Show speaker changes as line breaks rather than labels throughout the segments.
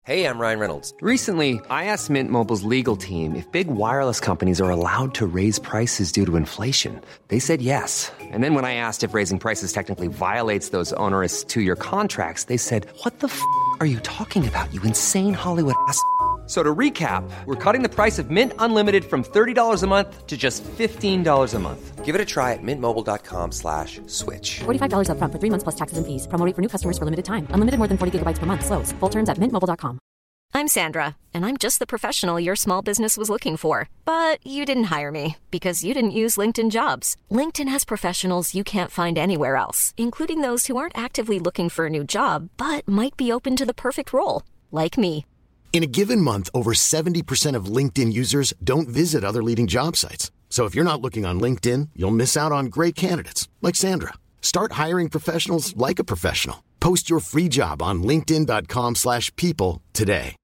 Hey, I'm Ryan Reynolds.
Recently, I asked Mint Mobile's legal team if big wireless companies are allowed to raise prices due to inflation. They said yes. And then when I asked if raising prices technically violates those onerous two-year contracts, they said, "What the are you talking about, you insane Hollywood ass?" So to recap, we're cutting the price of Mint Unlimited from $30 a month to just $15 a month.
Give it a try at mintmobile.com/switch.
$45 up front for 3 months plus taxes and fees. Promo rate for new customers for limited time. Unlimited more than 40 gigabytes per month. Slows full terms at mintmobile.com.
I'm Sandra, and I'm just the professional your small business was looking for. But you didn't hire me because you didn't use LinkedIn Jobs. LinkedIn has professionals you can't find anywhere else, including those who aren't actively looking for a new job, but might be open to the perfect role, like me.
In a given month, over 70% of LinkedIn users don't visit other leading job sites. So if you're not looking on LinkedIn, you'll miss out on great candidates like Sandra. Start hiring professionals like a professional. Post your free job on linkedin.com/people today.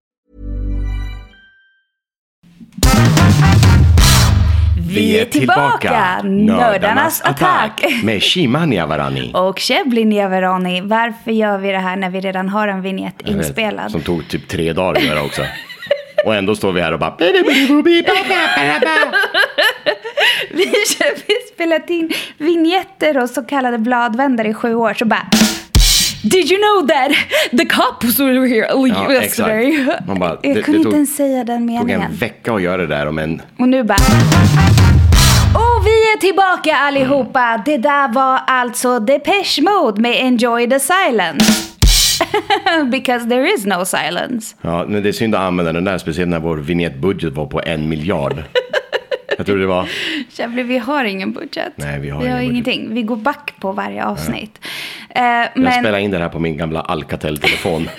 Vi är tillbaka! Nördarnas attack!
Med Shima Niavarani
och Shebly Niavarani. Varför gör vi det här när vi redan har en vignett inspelad?
Som tog typ 3 dagar att göra också. Och ändå står vi här och bara...
Vi har spelat in vignetter och så kallade bladvändare i 7 år. Så bara... Did you know that the cops were here yesterday?
Man bara,
jag kunde inte ens säga den meningen.
Det tog en vecka att göra det där om en...
Och nu bara... Och vi är tillbaka allihopa. Det där var alltså Depeche Mode med Enjoy the Silence. Because there is no silence.
Ja, men det är synd att använda den där, speciellt när vår vignettbudget var på 1 miljard. Jag tror det var...
Jävlar, vi har ingen budget.
Nej, vi har
ingenting. Vi går back på varje avsnitt.
Jag spelar in den här på min gamla Alcatel-telefon.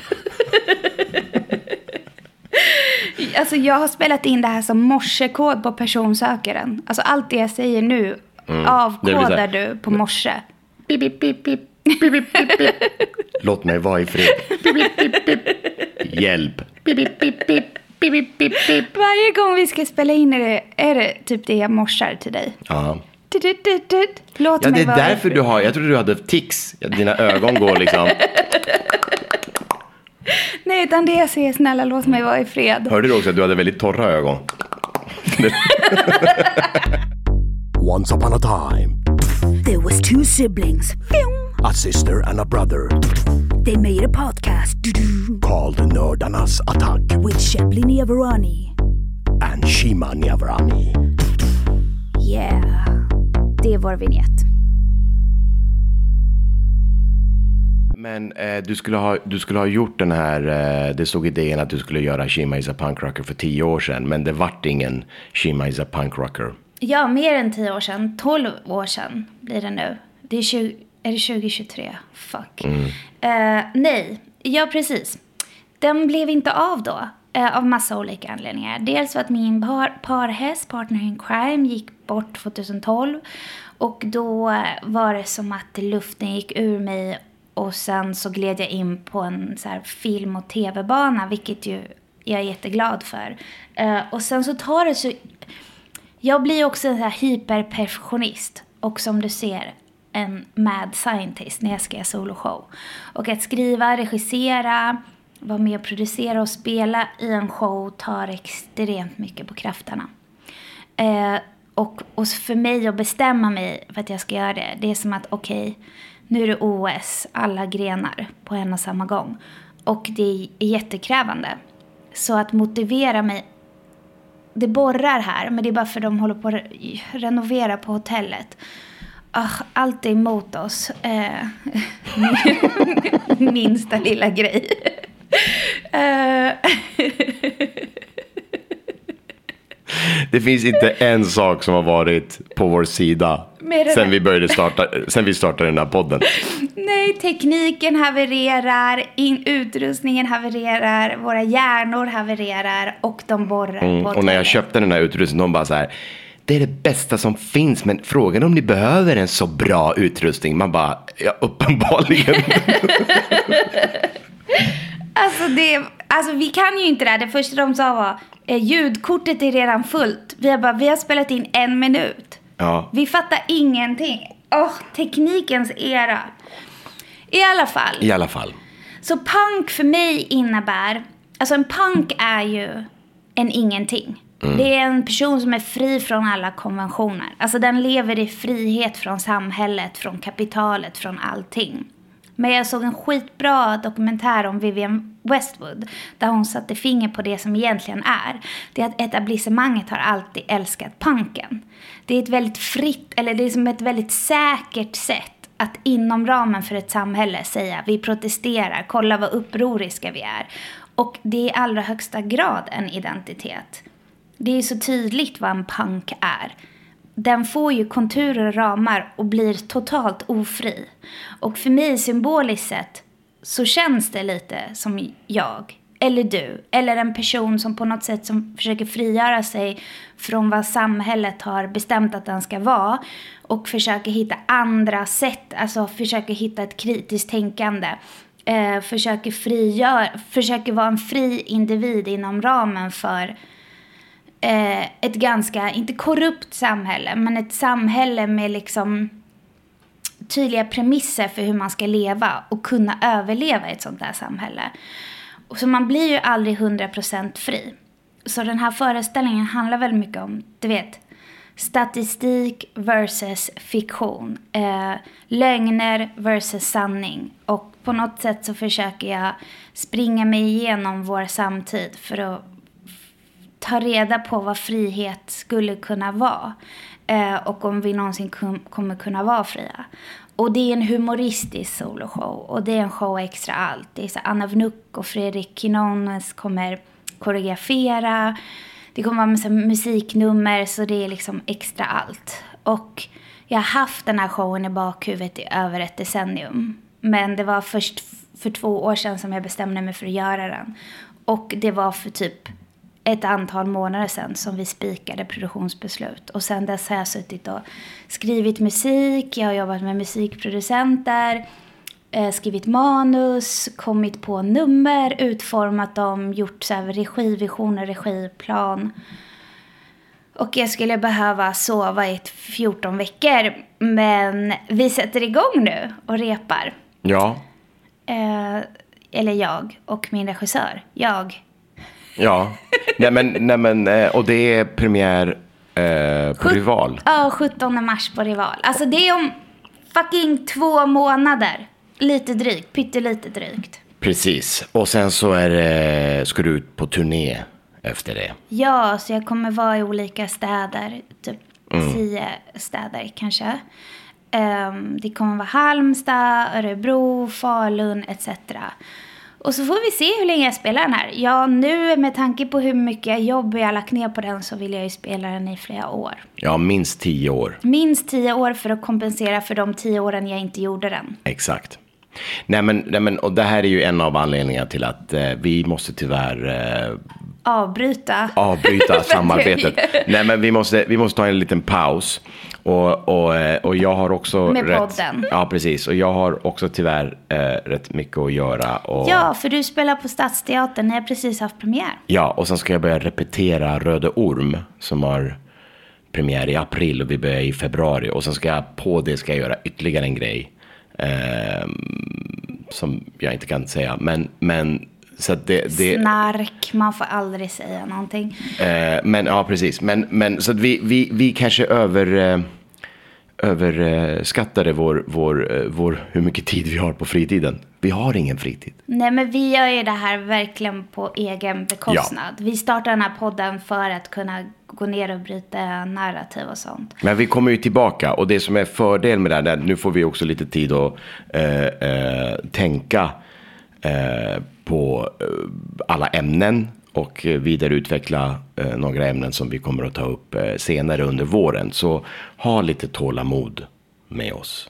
Alltså jag har spelat in det här som morsekod på personsökaren. Alltså allt det jag säger nu avkodar du på morse.
Pip, pip, pip, pip. Pip, pip, pip, pip. Låt mig vara i fred. Pip, pip, pip, pip. Hjälp. Pip, pip, pip, pip. Pip, pip, pip, pip.
Varje gång vi ska spela in är det typ det jag morsar till dig.
Ja.
Låt mig vara.
Det är därför du har... Jag trodde du hade tics. Dina ögon går liksom...
Nej, utan det jag säger, snälla, låt mig vara i fred.
Hörde du också att du hade väldigt torra ögon?
Once upon a time,
there was 2 siblings.
a sister and a brother,
They made a podcast
called Nördarnas attack
with Shebly Niavarani
and Shima Niavarani.
Yeah, det är vår vignett.
Men du skulle ha gjort den här... det stod idén att du skulle göra Shima is a punk rocker för 10 år sedan. Men det vart ingen Shima is a punk rocker.
Ja, mer än 10 år sedan. 12 år sedan blir det nu. Det är det 2023? Fuck. Nej, ja precis. Den blev inte av då. Av massa olika anledningar. Dels för att min parhäst, partner in crime, gick bort 2012. Och då var det som att luften gick ur mig. Och sen så gled jag in på en så här film- och tv-bana. Vilket ju jag är jätteglad för. Och sen så tar det så... Jag blir också en så här hyperperfektionist. Och som du ser, en mad scientist när jag ska göra soloshow. Och att skriva, regissera, vara med och producera och spela i en show tar extremt mycket på krafterna. Och för mig att bestämma mig för att jag ska göra det. Det är som att okej, nu är det OS, alla grenar på en och samma gång. Och det är jättekrävande. Så att motivera mig, det borrar här, men det är bara för att de håller på att renovera på hotellet. Allt är emot oss. Minsta lilla grej.
Det finns inte en sak som har varit på vår sida sen vi startade den här podden.
Nej, tekniken havererar, utrustningen havererar, våra hjärnor havererar och de borrar på.
Och när jag köpte den här utrustningen, de bara så här: det är det bästa som finns, men frågan om ni behöver en så bra utrustning. Man bara, ja, uppenbarligen.
Alltså vi kan ju inte det första de sa var, ljudkortet är redan fullt. Vi har spelat in 1 minut.
Ja.
Vi fattar ingenting. Teknikens era. I alla fall.
I alla fall.
Så punk för mig innebär Alltså en punk är ju en ingenting. Det är en person som är fri från alla konventioner. Alltså den lever i frihet från samhället, från kapitalet, från allting. Men jag såg en skitbra dokumentär om Vivienne Westwood. Där hon satte finger på det som egentligen är. Det är att etablissemanget har alltid älskat punken. Det är ett väldigt fritt, eller det är som ett väldigt säkert sätt att inom ramen för ett samhälle säga vi protesterar, kolla vad upproriska vi är. Och det är i allra högsta grad en identitet. Det är så tydligt vad en punk är. Den får ju konturer och ramar och blir totalt ofri. Och för mig symboliskt sett så känns det lite som jag, eller du, eller en person som på något sätt som försöker frigöra sig från vad samhället har bestämt att den ska vara. Och försöker hitta sätt, alltså försöker hitta ett kritiskt tänkande. Försöker vara en fri individ inom ramen för ett ganska, inte korrupt samhälle, men ett samhälle med liksom tydliga premisser för hur man ska leva och kunna överleva i ett sånt där samhälle. Och så man blir ju aldrig 100% fri. Så den här föreställningen handlar väldigt mycket om, du vet, statistik versus fiktion. Lögner versus sanning. Och på något sätt så försöker jag springa mig igenom vår samtid för att ta reda på vad frihet skulle kunna vara. Och om vi någonsin kommer kunna vara fria. Och det är en humoristisk soloshow. Och det är en show extra allt. Det är så Anna Vnuk och Fredrik Kinones kommer koreografera. Det kommer vara med musiknummer. Så det är liksom extra allt. Och jag har haft den här showen i bakhuvudet i över ett decennium. Men det var först för 2 år sedan som jag bestämde mig för att göra den. Och det var för typ ett antal månader sedan som vi spikade produktionsbeslut. Och sen dess har jag suttit och skrivit musik. Jag har jobbat med musikproducenter. Skrivit manus. Kommit på nummer. Utformat dem. Gjort så här regivisioner, regiplan. Och jag skulle behöva sova i 14 veckor. Men vi sätter igång nu och repar.
Ja.
Eller jag och min regissör.
Ja, nej men, och det är premiär på Rival.
Ja, 17 mars på Rival. Alltså det är om fucking 2 månader. Lite drygt, pyttelite drygt.
Precis, och sen så ska du ut på turné efter det.
Ja, så jag kommer vara i olika städer. Typ 10 städer kanske. Det kommer vara Halmstad, Örebro, Falun etc. Och så får vi se hur länge jag spelar den här. Ja, nu med tanke på hur mycket jobb jag har lagt ner på den så vill jag ju spela den i flera år.
Ja, minst 10 år.
Minst 10 år för att kompensera för de 10 åren jag inte gjorde den.
Exakt. Nej men, och det här är ju en av anledningarna till att vi måste tyvärr
avbryta
samarbetet. Nej men vi måste ta en liten paus. Och jag har också
med podden.
Ja, precis. Och jag har också tyvärr rätt mycket att göra.
Ja, för du spelar på Stadsteatern. Ni har precis haft premiär.
Ja, och sen ska jag börja repetera Röde Orm som har premiär i april och vi börjar i februari. Och sen ska jag göra ytterligare en grej som jag inte kan säga. Men så att det
snark, man får aldrig säga någonting.
Men ja, precis. Men så att vi kanske överskattade vår hur mycket tid vi har på fritiden. Vi har ingen fritid.
Nej, men vi gör ju det här verkligen på egen bekostnad. Ja. Vi startar den här podden för att kunna gå ner och bryta narrativ och sånt.
Men vi kommer ju tillbaka. Och det som är fördel med det här, nu får vi också lite tid att tänka på alla ämnen och vidareutveckla några ämnen som vi kommer att ta upp senare under våren. Så ha lite tålamod med oss.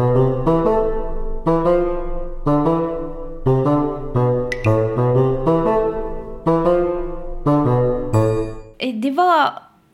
Det var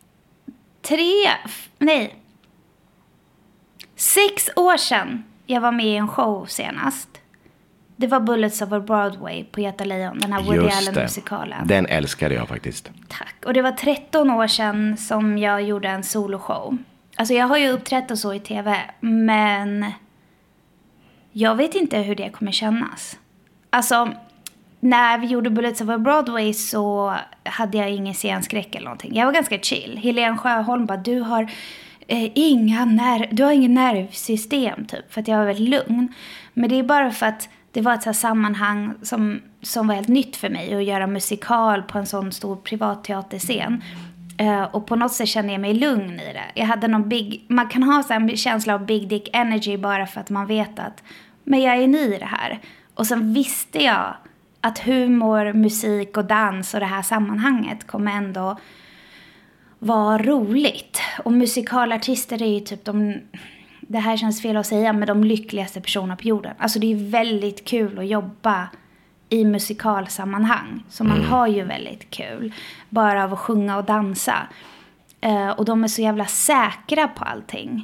6 år sedan jag var med i en show senast. Det var Bullets Over Broadway på Göta Lejon, den här Woody Allen-musikalen.
Den älskade jag faktiskt.
Tack. Och det var 13 år sedan som jag gjorde en soloshow. Alltså jag har ju uppträtt och så i tv, men jag vet inte hur det kommer kännas. Alltså, när vi gjorde Bullets Over Broadway så hade jag ingen scenskräck eller någonting. Jag var ganska chill. Helene Sjöholm bara, du har ingen nervsystem typ. För att jag var väldigt lugn. Men det är bara för att det var ett så här sammanhang som var helt nytt för mig. Att göra musikal på en sån stor privatteaterscen. Och på något sätt kände jag mig lugn i det. Jag hade man kan ha så en känsla av big dick energy bara för att man vet att men jag är ny i det här. Och sen visste jag att humor, musik och dans och det här sammanhanget kommer ändå vara roligt. Och musikalartister är ju typ det här känns fel att säga, men de lyckligaste personerna på jorden. Alltså det är väldigt kul att jobba i musikalsammanhang. Så man har ju väldigt kul bara av att sjunga och dansa. Och de är så jävla säkra på allting.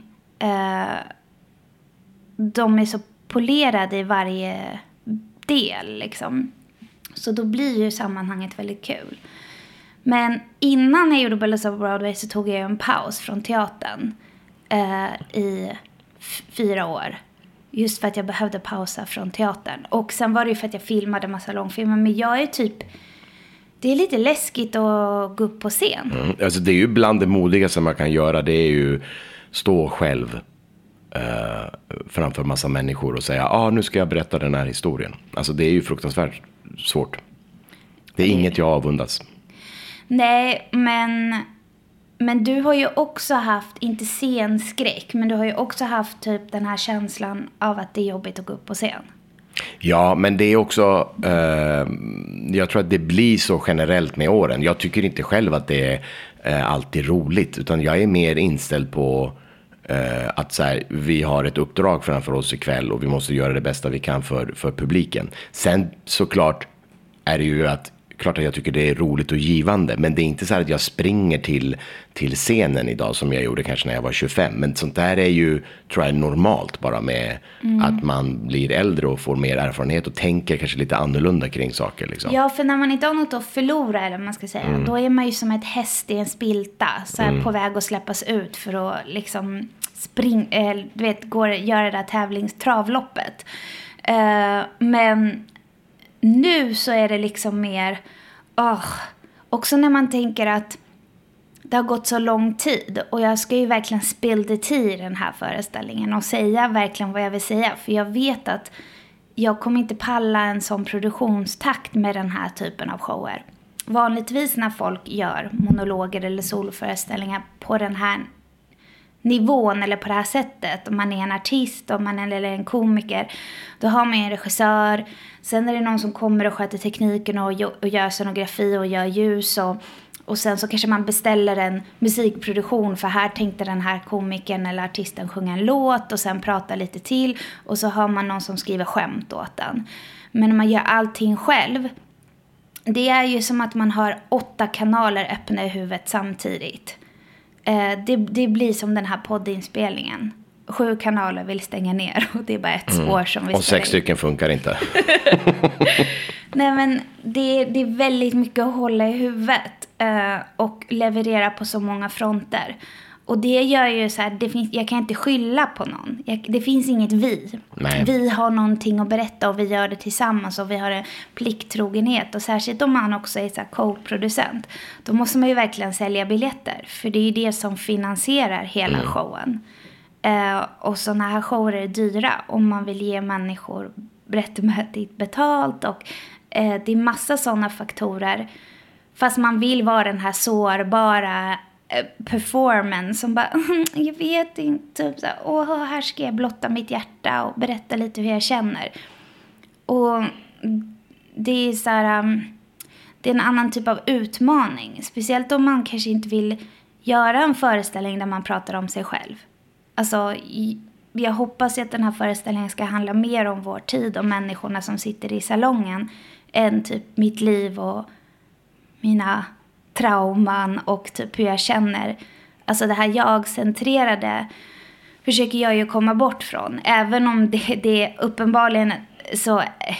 De är så polerade i varje del liksom. Så då blir ju sammanhanget väldigt kul. Men innan jag gjorde Bullets Over Broadway så tog jag en paus från teatern i 4 år. Just för att jag behövde pausa från teatern. Och sen var det ju för att jag filmade massa långfilmer. Men jag är typ... Det är lite läskigt att gå upp på scen.
Alltså det är ju bland det modigaste man kan göra. Det är ju stå själv framför massa människor och säga nu ska jag berätta den här historien. Alltså det är ju fruktansvärt svårt. Det är inget jag avundas.
Nej, men du har ju också haft, inte scenskräck, men du har ju också haft typ den här känslan av att det är jobbigt att gå upp på scen.
Ja, men det är också, jag tror att det blir så generellt med åren. Jag tycker inte själv att det är alltid roligt, utan jag är mer inställd på att så här, vi har ett uppdrag framför oss ikväll och vi måste göra det bästa vi kan för publiken. Sen såklart är det ju klart att jag tycker det är roligt och givande, men det är inte så här att jag springer till scenen idag som jag gjorde kanske när jag var 25. Men sånt där är ju, tror jag, normalt bara med att man blir äldre och får mer erfarenhet och tänker kanske lite annorlunda kring saker. Liksom.
Ja, för när man inte har något att förlora, eller man ska säga, då är man ju som ett häst i en spilta, så här, på väg att släppas ut för att liksom göra det där tävlingstravloppet. Men nu så är det liksom mer också när man tänker att det har gått så lång tid och jag ska ju verkligen spill the tea i den här föreställningen och säga verkligen vad jag vill säga, för jag vet att jag kommer inte palla en sån produktionstakt med den här typen av shower. Vanligtvis när folk gör monologer eller soloföreställningar på den här nivån eller på det här sättet, om man är en artist, om man är eller en komiker, då har man en regissör, sen är det någon som kommer och sköter tekniken och gör scenografi och gör ljus och sen så kanske man beställer en musikproduktion, för här tänkte den här komikern eller artisten sjunga en låt och sen prata lite till, och så har man någon som skriver skämt åt den. Men när man gör allting själv, det är ju som att man har 8 kanaler öppna i huvudet samtidigt. Det blir som den här poddinspelningen. 7 kanaler vill stänga ner och det är bara ett spår som vi
och 6 stycken funkar inte.
Nej, men det är väldigt mycket att hålla i huvudet och leverera på så många fronter. Och det gör ju så här, jag kan inte skylla på någon. Det finns inget vi.
Nej.
Vi har någonting att berätta och vi gör det tillsammans och vi har en plikttrogenhet. Och särskilt om man också är så här co-producent, då måste man ju verkligen sälja biljetter. För det är ju det som finansierar hela showen. Och sådana här shower är dyra om man vill ge människor rättmätigt betalt. Och det är massa sådana faktorer. Fast man vill vara den här sårbara performance som bara, jag vet inte, typ så här, här ska jag blotta mitt hjärta och berätta lite hur jag känner. Och det är så här, det är en annan typ av utmaning, speciellt om man kanske inte vill göra en föreställning där man pratar om sig själv. Alltså, jag hoppas att den här föreställningen ska handla mer om vår tid och människorna som sitter i salongen än typ mitt liv och mina trauman och typ hur jag känner. Alltså det här jag-centrerade försöker jag ju komma bort från. Även om det är uppenbarligen så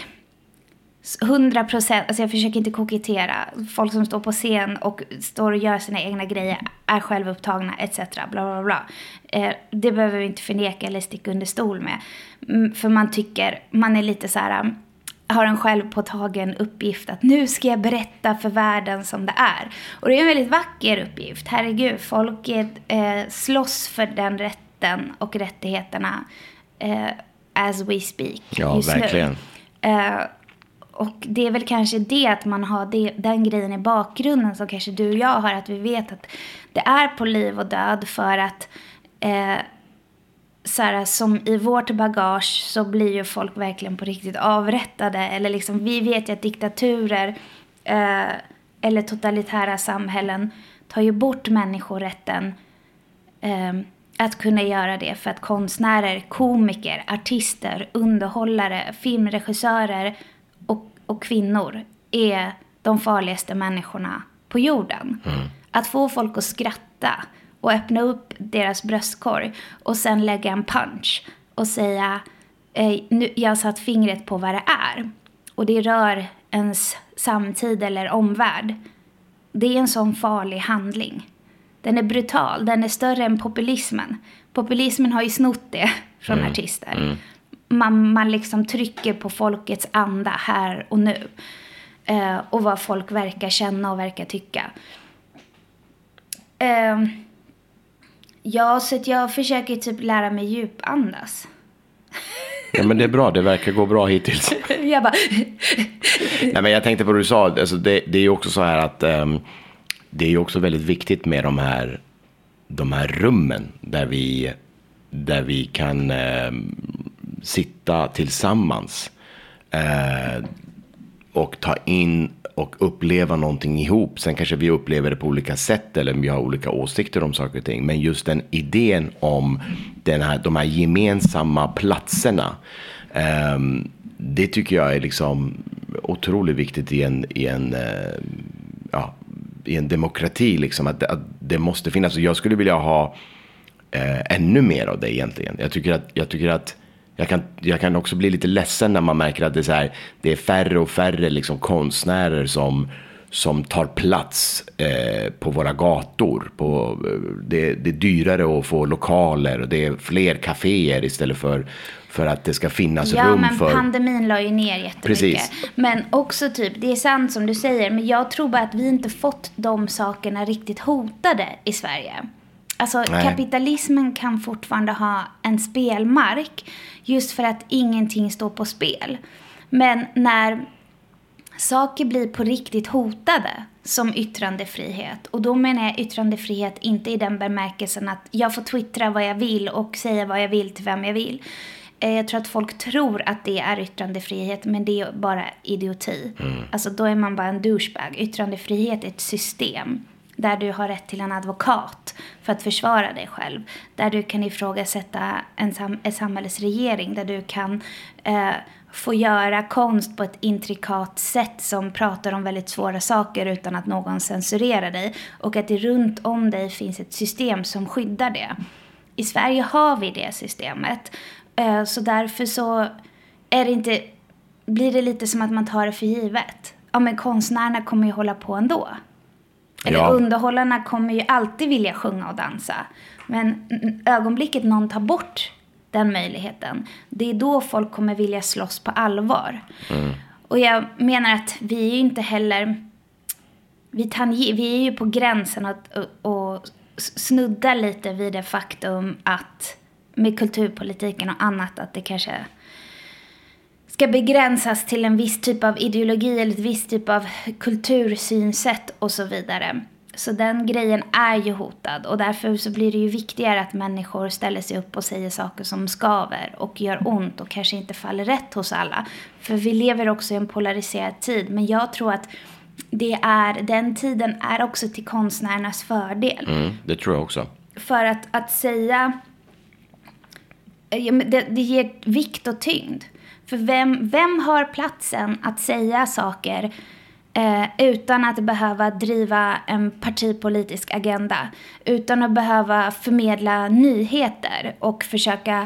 100%, alltså jag försöker inte kokettera. Folk som står på scen och står och gör sina egna grejer är självupptagna etc. Bla bla bla. Det behöver vi inte förneka eller sticka under stol med. För man tycker, man är lite så här har en självpåtagen uppgift att nu ska jag berätta för världen som det är. Och det är en väldigt vacker uppgift. Herregud, folket slåss för den rätten och rättigheterna as we speak.
Ja, verkligen.
Och det är väl kanske det att man har den grejen i bakgrunden som kanske du och jag har, att vi vet att det är på liv och död för att så här, som i vårt bagage så blir ju folk verkligen på riktigt avrättade. Eller liksom, vi vet ju att diktaturer eller totalitära samhällen tar ju bort människorätten att kunna göra det. För att konstnärer, komiker, artister, underhållare, filmregissörer och kvinnor är de farligaste människorna på jorden. Att få folk att skratta och öppna upp deras bröstkorg och sen lägga en punch och säga nu, jag har satt fingret på vad det är. Och det rör ens samtid eller omvärld. Det är en sån farlig handling. Den är brutal, den är större än populismen. Populismen har ju snott det från artister. Man liksom trycker på folkets anda här och nu. Och vad folk verkar känna och verkar tycka. Ja, så att jag försöker typ lära mig djupandas.
Ja, men det är bra, det verkar gå bra hittills.
Jag bara...
Nej, men jag tänkte på vad du sa, alltså det är ju också så här att det är ju också väldigt viktigt med de här rummen där vi kan sitta tillsammans och ta in och uppleva någonting ihop. Sen kanske vi upplever det på olika sätt eller vi har olika åsikter om saker och ting. Men just den idén om de här gemensamma platserna, det tycker jag är liksom otroligt viktigt i en demokrati. Liksom, att det måste finnas. Och jag skulle vilja ha ännu mer av det egentligen. Jag tycker att jag kan också bli lite ledsen när man märker att det är färre och färre liksom konstnärer som tar plats på våra gator. Det är dyrare att få lokaler och det är fler kaféer istället för att det ska finnas rum för...
Ja, men pandemin la ju ner jättemycket.
Precis.
Men också typ, det är sant som du säger, men jag tror bara att vi inte fått de sakerna riktigt hotade i Sverige. Alltså kapitalismen kan fortfarande ha en spelmark just för att ingenting står på spel. Men när saker blir på riktigt hotade som yttrandefrihet, och då menar jag yttrandefrihet inte i den bemärkelsen att jag får twittra vad jag vill och säga vad jag vill till vem jag vill. Jag tror att folk tror att det är yttrandefrihet, men det är bara idioti. Alltså då är man bara en douchebag. Yttrandefrihet är ett system där du har rätt till en advokat för att försvara dig själv. Där du kan ifrågasätta en samhällsregering. Där du kan få göra konst på ett intrikat sätt som pratar om väldigt svåra saker utan att någon censurerar dig. Och att det runt om dig finns ett system som skyddar det. I Sverige har vi det systemet. Så därför så blir det lite som att man tar det för givet. Ja, men konstnärerna kommer ju hålla på ändå. Eller underhållarna kommer ju alltid vilja sjunga och dansa. Men ögonblicket någon tar bort den möjligheten, det är då folk kommer vilja slåss på allvar. Och jag menar att vi är ju inte heller... Vi är ju på gränsen och snudda lite vid det faktum att med kulturpolitiken och annat att det kanske ska begränsas till en viss typ av ideologi eller ett visst typ av kultursynsätt och så vidare. Så den grejen är ju hotad, och därför så blir det ju viktigare att människor ställer sig upp och säger saker som skaver och gör ont och kanske inte faller rätt hos alla. För vi lever också i en polariserad tid, men jag tror att den tiden är också till konstnärernas fördel.
Det tror jag också.
För att säga, det ger vikt och tyngd. För vem har platsen att säga saker utan att behöva driva en partipolitisk agenda, utan att behöva förmedla nyheter och försöka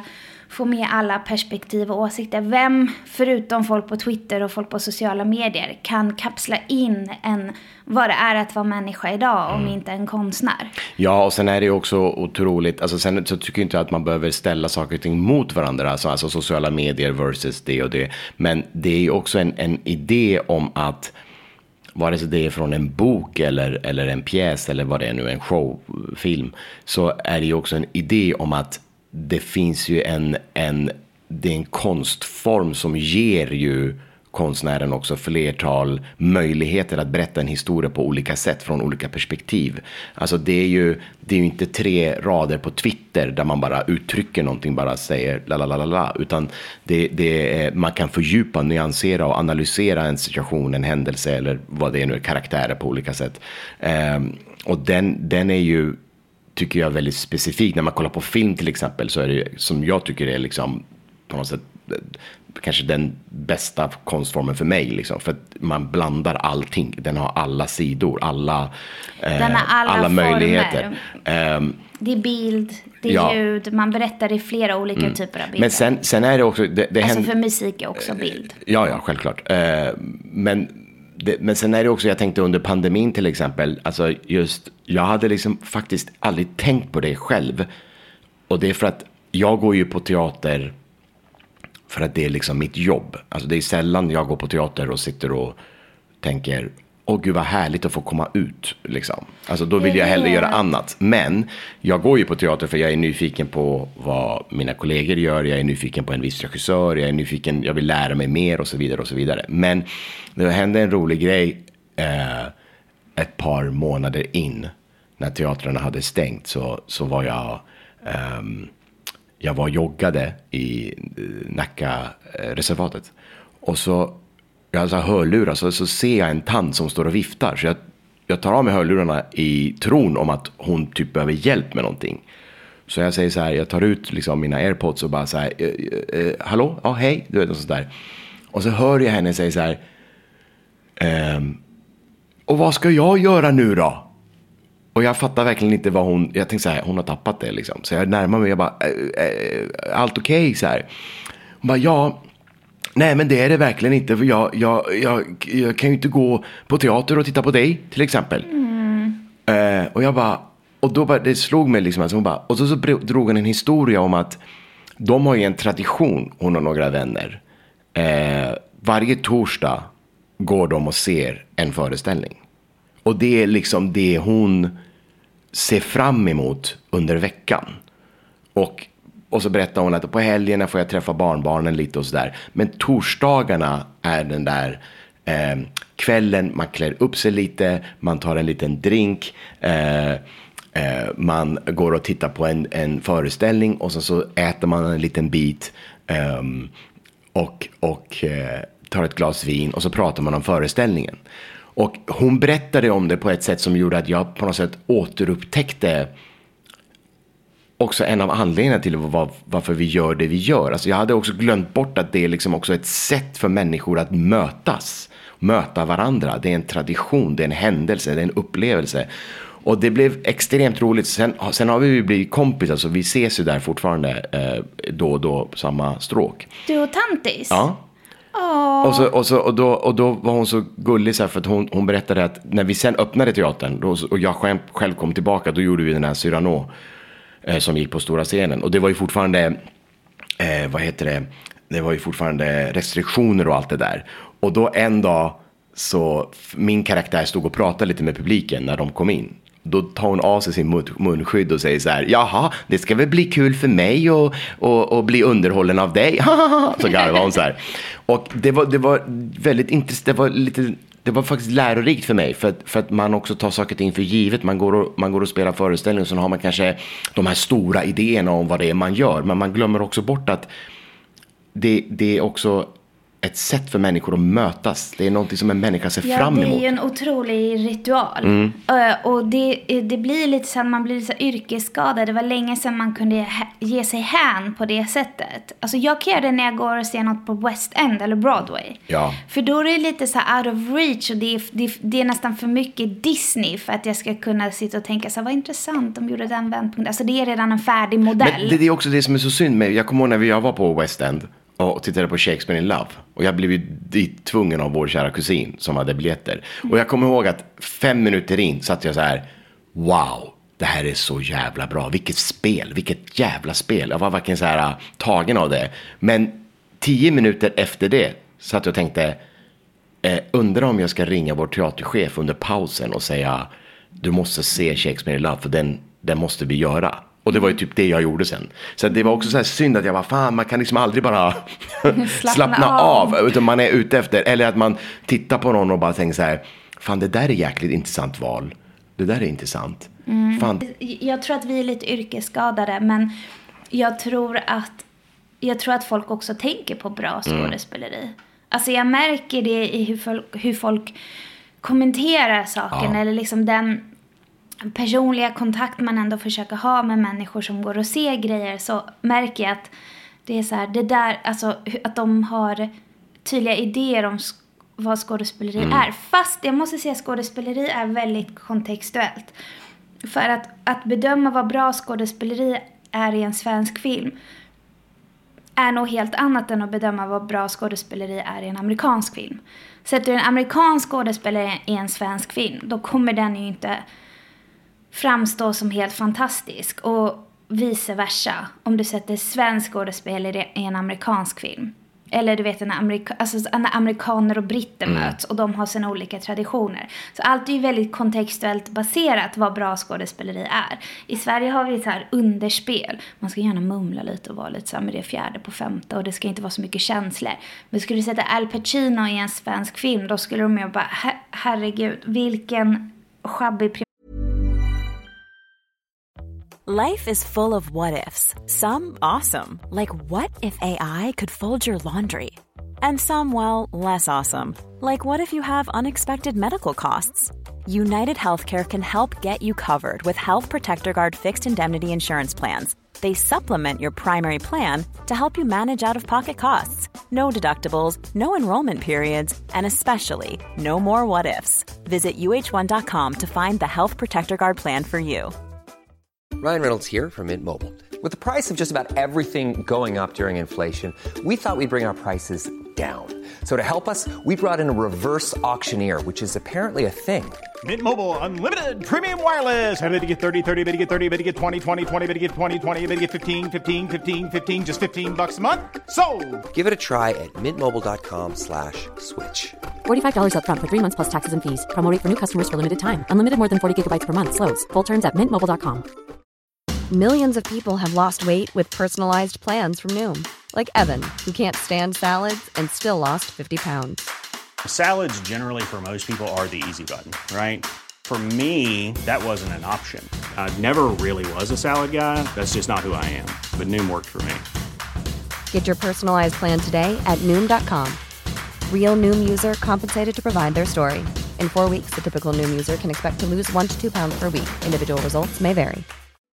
få med alla perspektiv och åsikter. Vem, förutom folk på Twitter och folk på sociala medier, kan kapsla in vad det är att vara människa idag om inte en konstnär?
Ja, och sen är det ju också otroligt, alltså sen så tycker jag inte att man behöver ställa saker och ting mot varandra, alltså sociala medier versus det och det, men det är ju också en idé om att vare sig det är från en bok eller en pjäs eller vad det är nu, en showfilm, så är det ju också en idé om att det finns ju det är en konstform som ger ju konstnären också flertal möjligheter att berätta en historia på olika sätt från olika perspektiv. Alltså det är ju inte 3 rader på Twitter där man bara uttrycker någonting, bara säger la, utan man kan fördjupa, nyansera och analysera en situation, en händelse eller vad det är nu, karaktärer på olika sätt. Och den är ju, tycker jag, väldigt specifik. När man kollar på film till exempel, så är det, som jag tycker är liksom på något sätt kanske den bästa konstformen för mig, liksom, för att man blandar allting. Den har alla sidor, alla möjligheter.
Det är bild, det är ljud, man berättar i flera olika typer av bilder.
Men sen är det också
alltså för musik är också bild.
Ja, självklart. Men sen är det också, jag tänkte under pandemin till exempel, alltså just, jag hade liksom faktiskt aldrig tänkt på det själv. Och det är för att jag går ju på teater för att det är liksom mitt jobb. Alltså det är sällan jag går på teater och sitter och tänker, gud vad härligt att få komma ut liksom. Alltså då vill jag hellre göra annat. Men jag går ju på teater för jag är nyfiken på vad mina kollegor gör. Jag är nyfiken på en viss regissör. Jag vill lära mig mer och så vidare och så vidare. Men det hände en rolig grej ett par månader in när teatrarna hade stängt, så var jag var joggade i Nacka-reservatet. Och så jag har hörlurar, så ser jag en tant som står och viftar. Så jag tar av mig hörlurarna i tron om att hon typ behöver hjälp med någonting. Så jag säger så här, jag tar ut liksom mina AirPods och bara så här, hallå, ja hej, du vet, och så där. Och så hör jag henne säga så här, och vad ska jag göra nu då? Och jag fattar verkligen inte jag tänkte så här, hon har tappat det liksom. Så jag närmar mig och jag bara, allt okej så här. Hon bara, ja, nej men det är det verkligen inte. För jag kan ju inte gå på teater och titta på dig till exempel. Och jag bara, och då bara, det slog mig liksom, alltså hon bara, och så drog hon en historia om att de har ju en tradition, hon och några vänner. Varje torsdag går de och ser en föreställning. Och det är liksom det hon ser fram emot under veckan. Och så berättar hon att på helgerna får jag träffa barnbarnen lite och sådär. Men torsdagarna är den där kvällen, man klär upp sig lite, man tar en liten drink, man går och tittar på en föreställning och så äter man en liten bit och tar ett glas vin och så pratar man om föreställningen. Och hon berättade om det på ett sätt som gjorde att jag på något sätt återupptäckte också en av anledningarna till varför vi gör det vi gör. Alltså jag hade också glömt bort att det är liksom också ett sätt för människor att möta varandra. Det är en tradition, det är en händelse, det är en upplevelse. Och det blev extremt roligt. Sen har vi blivit kompisar, så vi ses ju där fortfarande då och då på samma stråk.
Du och Tantis?
Ja. Och då var hon så gullig så här, för att hon berättade att när vi sen öppnade teatern och jag själv kom tillbaka, då gjorde vi den här Cyrano som gick på stora scenen. Och det var ju fortfarande det var ju fortfarande restriktioner och allt det där. Och då en dag så min karaktär stod och pratade lite med publiken när de kom in. Då tar hon av sig sin munskydd och säger så här, jaha, det ska väl bli kul för mig och bli underhållen av dig. Så garvar hon så här. Och det var väldigt intressant, det var faktiskt lärorikt för mig, för att man också tar saker och ting för givet. Man går och spelar föreställning och så har man kanske de här stora idéerna om vad det är man gör, men man glömmer också bort att det är också ett sätt för människor att mötas. Det är någonting som en människa ser fram emot.
Det är ju en otrolig ritual. Och det blir lite så att man blir så yrkesskadad. Det var länge sedan man kunde ge sig hän på det sättet. Alltså jag kan göra det när jag går och ser något på West End eller Broadway.
Ja.
För då är det lite så här out of reach. Och det är nästan för mycket Disney för att jag ska kunna sitta och tänka så här, vad intressant, de gjorde den vändpunkten. Alltså det är redan en färdig modell.
Men det är också det som är så synd med. Jag kommer ihåg när jag var på West End och tittade på Shakespeare in Love. Och jag blev ju dit tvungen av vår kära kusin som hade biljetter. Och jag kommer ihåg att 5 minuter in satt jag så här, wow, det här är så jävla bra. Vilket spel, vilket jävla spel. Jag var verkligen så här tagen av det. Men 10 minuter efter det satt jag och tänkte, undrar om jag ska ringa vår teaterchef under pausen och säga, du måste se Shakespeare in Love, för den måste vi göra. Och det var ju typ det jag gjorde sen. Så det var också så här synd att jag var, fan, man kan liksom aldrig bara slappna av. Utan man är ute efter, eller att man tittar på någon och bara tänker så här, fan, det där är jäkligt intressant val. Det där är intressant. Fan.
Jag tror att vi är lite yrkesskadade, men jag tror att folk också tänker på bra skådespeleri. Alltså jag märker det i hur folk kommenterar saken, eller liksom den personliga kontakt man ändå försöker ha med människor som går och ser grejer, så märker jag att det är så här, det där, alltså att de har tydliga idéer om vad skådespeleri är. Fast jag måste säga att skådespeleri är väldigt kontextuellt. För att bedöma vad bra skådespeleri är i en svensk film är nog helt annat än att bedöma vad bra skådespeleri är i en amerikansk film. Sätter du en amerikansk skådespelare i en svensk film, då kommer den ju inte framstå som helt fantastisk. Och vice versa, om du sätter svensk skådespelare i en amerikansk film. Eller du vet, när amerikaner och britter möts och de har sina olika traditioner. Så allt är ju väldigt kontextuellt baserat vad bra skådespeleri är. I Sverige har vi så här underspel. Man ska gärna mumla lite och vara lite så här med det 4:e på 5:e. Och det ska inte vara så mycket känslor. Men skulle du sätta Al Pacino i en svensk film, då skulle de ju bara, herregud, vilken sjabbig.
Life is full of what-ifs. Some awesome, like what if AI could fold your laundry? And some, well, less awesome, like what if you have unexpected medical costs? United Healthcare can help get you covered with Health Protector Guard fixed indemnity insurance plans. They supplement your primary plan to help you manage out-of-pocket costs. No deductibles, no enrollment periods, and especially no more what-ifs. Visit uh1.com to find the Health Protector Guard plan for you.
Ryan Reynolds here from Mint Mobile. With the price of just about everything going up during inflation, we thought we'd bring our prices down. So to help us, we brought in a reverse auctioneer, which is apparently a thing.
Mint Mobile Unlimited Premium Wireless. How to get 30, 30, how to get 30, how to get 20, 20, 20, how to get 20, 20, how to get 15, 15, 15, 15, just $15 a month? Sold!
Give it a try at mintmobile.com/switch.
$45 up front for 3 months plus taxes and fees. Promo rate for new customers for limited time. Unlimited more than 40 gigabytes per month. Slows full terms at mintmobile.com.
Millions of people have lost weight with personalized plans from Noom. Like Evan, who can't stand salads and still lost 50 pounds.
Salads generally for most people are the easy button, right? For me, that wasn't an option. I never really was a salad guy. That's just not who I am. But Noom worked for me.
Get your personalized plan today at Noom.com. Real Noom user compensated to provide their story. In 4 weeks, the typical Noom user can expect to lose 1 to 2 pounds per week. Individual results may vary.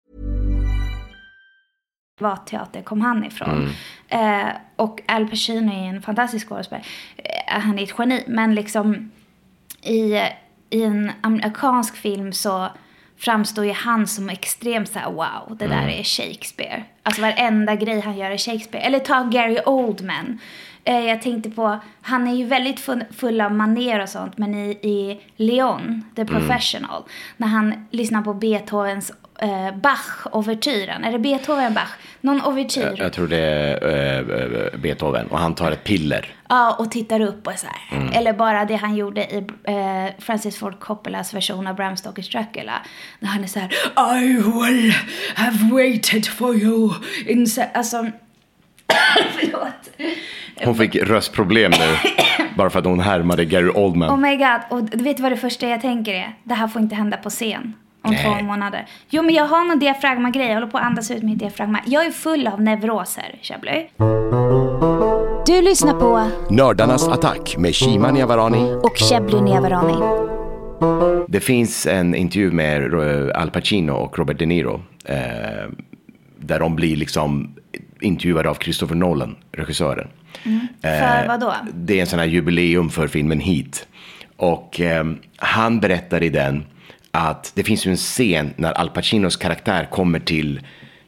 Vad teater kom han ifrån? Och Al Pacino är en fantastisk skådespelare. Han är ett geni. Men liksom i en amerikansk film så framstår ju han som extremt så här, wow, det där är Shakespeare. Alltså varenda grej han gör är Shakespeare. Eller ta Gary Oldman. Jag tänkte på, han är ju väldigt full av manér och sånt. Men i Leon, The Professional, när han lyssnar på Beethovens Bach-overtyren. Är det Beethoven, Bach? Någon overtyr?
Jag tror det är Beethoven. Och han tar ett piller.
Ja, och tittar upp och så här. Eller bara det han gjorde i Francis Ford Coppolas version av Bram Stokers Dracula. När han är så här, I will have waited for you. Alltså, förlåt.
Hon fick röstproblem nu. Bara för att hon härmade Gary Oldman.
Oh my god. Och du vet vad det första jag tänker är? Det här får inte hända på scen. Om 2 månader. Jo, men jag har någon diafragma-grej. Jag håller på att andas ut mitt diafragma. Jag är full av neuroser, Chablis.
Du lyssnar på
Nördarnas attack med Shima Niavarani
och Shebly Niavarani.
Det finns en intervju med Al Pacino och Robert De Niro där de blir liksom intervjuade av Christopher Nolan, regissören.
För vad då?
Det är en sån här jubileum för filmen Heat. Och han berättar i den att det finns ju en scen när Al Pacinos karaktär kommer till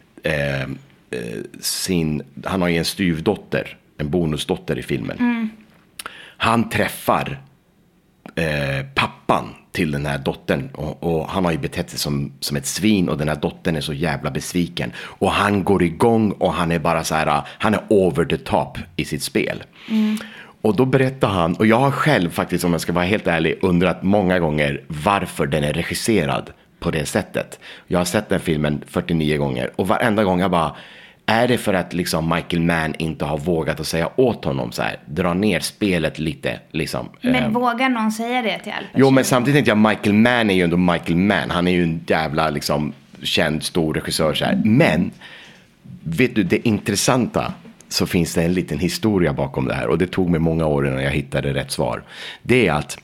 han har ju en styvdotter, en bonusdotter i filmen. Han träffar pappan till den här dottern och han har ju betett sig som ett svin och den här dottern är så jävla besviken och han går igång och han är bara så här, han är over the top i sitt spel. Och då berättar han, och jag har själv faktiskt, om jag ska vara helt ärlig, undrat många gånger varför den är regisserad på det sättet. Jag har sett den filmen 49 gånger och varenda gång jag bara, är det för att liksom Michael Mann inte har vågat att säga åt honom så här, dra ner spelet lite liksom.
Men vågar någon säga det till Al Pacino?
Jo, men samtidigt tänkte jag, Michael Mann är ju ändå Michael Mann. Han är ju en jävla liksom känd stor regissör så här. Men vet du, det intressanta, så finns det en liten historia bakom det här och det tog mig många år innan jag hittade rätt svar. Det är att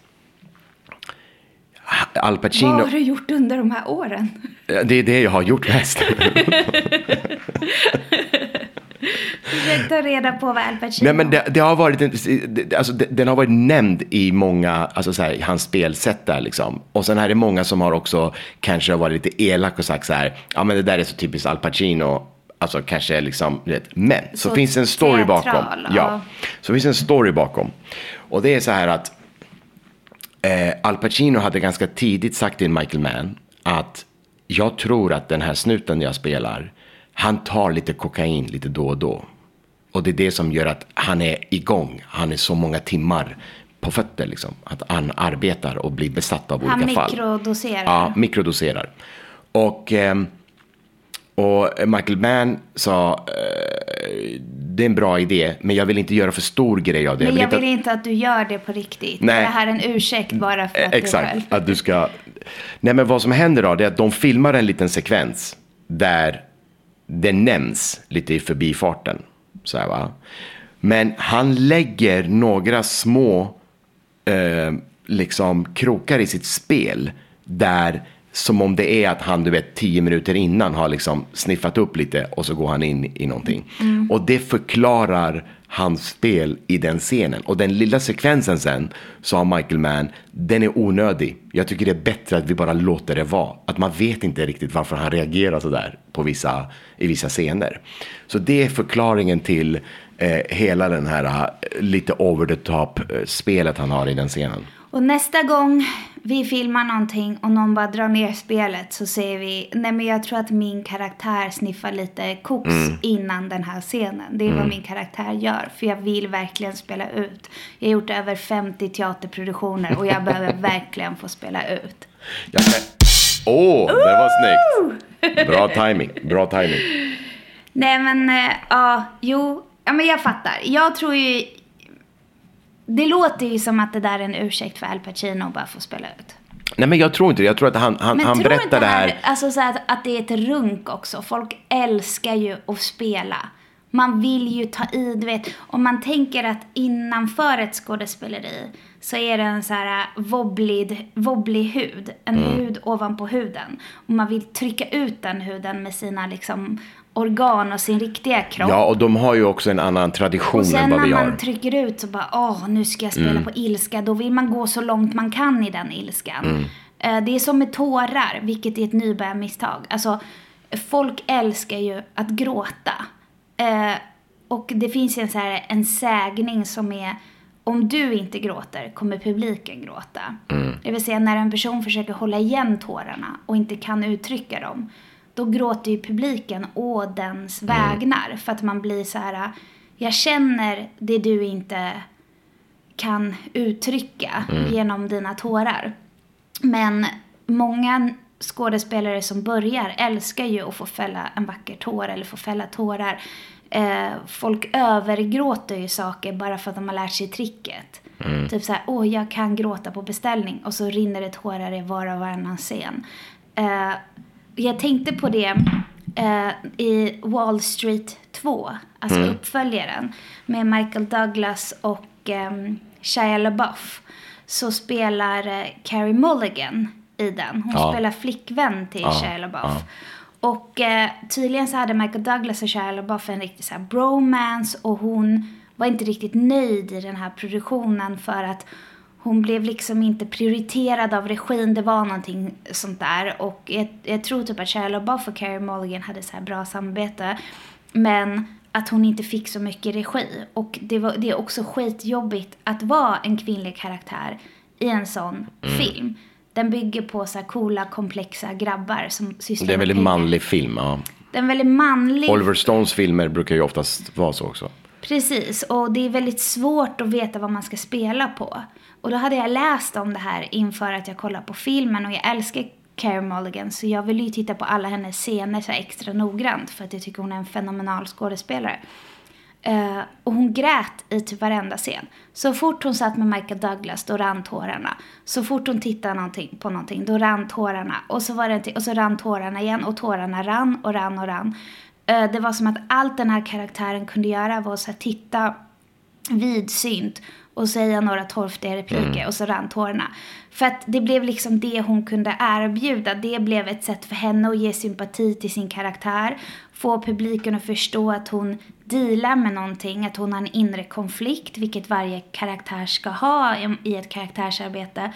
Al Pacino...
Vad har du gjort under de här åren?
Det är det jag har gjort mest.
Försök ta reda på vad Al Pacino...
Nej, men det har varit alltså den har varit nämnd i många, alltså så här, hans spelsätt där liksom. Och sen är det många som har också kanske varit lite elak och sagt så här, ja men det där är så typiskt Al Pacino. Alltså kanske liksom, men så finns en story bakom. Ja. Så finns en story bakom. Och det är så här att Al Pacino hade ganska tidigt sagt till Michael Mann att jag tror att den här snuten jag spelar, han tar lite kokain lite då och då. Och det är det som gör att han är igång. Han är så många timmar på fötter liksom. Att han arbetar och blir besatt av olika fall.
Han mikrodoserar.
Ja, mikrodoserar. Och Michael Mann sa det är en bra idé, men jag vill inte göra för stor grej av det.
Men jag vill inte att du gör det på riktigt. Nej. Det här är en ursäkt bara för att
exakt, du själv. Att du ska... Nej, men vad som händer då, det är att de filmar en liten sekvens där det nämns lite i förbifarten. Så här, va? Men han lägger några små liksom krokar i sitt spel där, som om det är att han, du vet, 10 minuter innan har liksom sniffat upp lite och så går han in i någonting. Och det förklarar hans spel i den scenen. Och den lilla sekvensen sen, sa Michael Mann, den är onödig. Jag tycker det är bättre att vi bara låter det vara. Att man vet inte riktigt varför han reagerar så där i vissa scener. Så det är förklaringen till hela den här lite over the top spelet han har i den scenen.
Och nästa gång vi filmar någonting och någon bara drar ner spelet så säger vi, nej men jag tror att min karaktär sniffar lite koks innan den här scenen. Det är vad min karaktär gör, för jag vill verkligen spela ut. Jag har gjort över 50 teaterproduktioner och jag behöver verkligen få spela ut.
Det var snyggt. Bra timing.
Nej men, men jag fattar. Jag tror ju... Det låter ju som att det där är en ursäkt för Al Pacino att bara få spela ut.
Nej, men jag tror inte det. Jag tror att han berättar det här.
Alltså så att det är ett runk också. Folk älskar ju att spela. Man vill ju ta i, du vet. Om man tänker att innanför ett skådespeleri så är det en så här wobblig hud. En hud ovanpå huden. Och man vill trycka ut den huden med sina liksom organ och sin riktiga kropp. Ja,
och de har ju också en annan tradition än vad vi har. Och sen
när man trycker ut så bara, nu ska jag spela på ilska. Då vill man gå så långt man kan i den ilskan. Det är som med tårar, vilket är ett nybörjarmisstag. Alltså, folk älskar ju att gråta. Och det finns en sägning som är, om du inte gråter kommer publiken gråta. Det vill säga när en person försöker hålla igen tårarna och inte kan uttrycka dem, då gråter ju publiken å dens vägnar. För att man blir så här, jag känner det du inte kan uttrycka genom dina tårar. Men många skådespelare som börjar älskar ju att få fälla en vacker tår eller få fälla tårar. Folk övergråter ju saker bara för att de har lärt sig tricket. Typ så här, jag kan gråta på beställning. Och så rinner det tårar i var och varannan scen. Jag tänkte på det i Wall Street 2, alltså uppföljaren, med Michael Douglas och Shia LaBeouf, så spelar Carey Mulligan i den. Hon spelar flickvän till Shia LaBeouf. Och tydligen så hade Michael Douglas och Shia LaBeouf en riktig så här bromance, och hon var inte riktigt nöjd i den här produktionen för att hon blev liksom inte prioriterad av regin. Det var någonting sånt där. Och jag tror typ att Shia LaBeouf och Carey Mulligan hade så här bra samarbete. Men att hon inte fick så mycket regi. Och det är också skitjobbigt att vara en kvinnlig karaktär i en sån film. Den bygger på så här coola, komplexa grabbar som sysslar med.
Det är en väldigt manlig film, ja.
Den är väldigt manlig.
Oliver Stones filmer brukar ju oftast vara så också.
Precis, och det är väldigt svårt att veta vad man ska spela på. Och då hade jag läst om det här inför att jag kollade på filmen, och jag älskar Carey Mulligan, så jag ville ju titta på alla hennes scener så extra noggrant, för att jag tycker hon är en fenomenal skådespelare. Och hon grät i typ varenda scen. Så fort hon satt med Michael Douglas, då rann tårarna. Så fort hon tittade på någonting, då rann tårarna. Och så rann tårarna igen, och tårarna rann och rann och rann. Det var som att allt den här karaktären kunde göra var att titta vidsynt och säga några torftiga repliker, och så rann tårarna. För att det blev liksom det hon kunde erbjuda. Det blev ett sätt för henne att ge sympati till sin karaktär. Få publiken att förstå att hon dealar med någonting. Att hon har en inre konflikt, vilket varje karaktär ska ha i ett karaktärsarbete.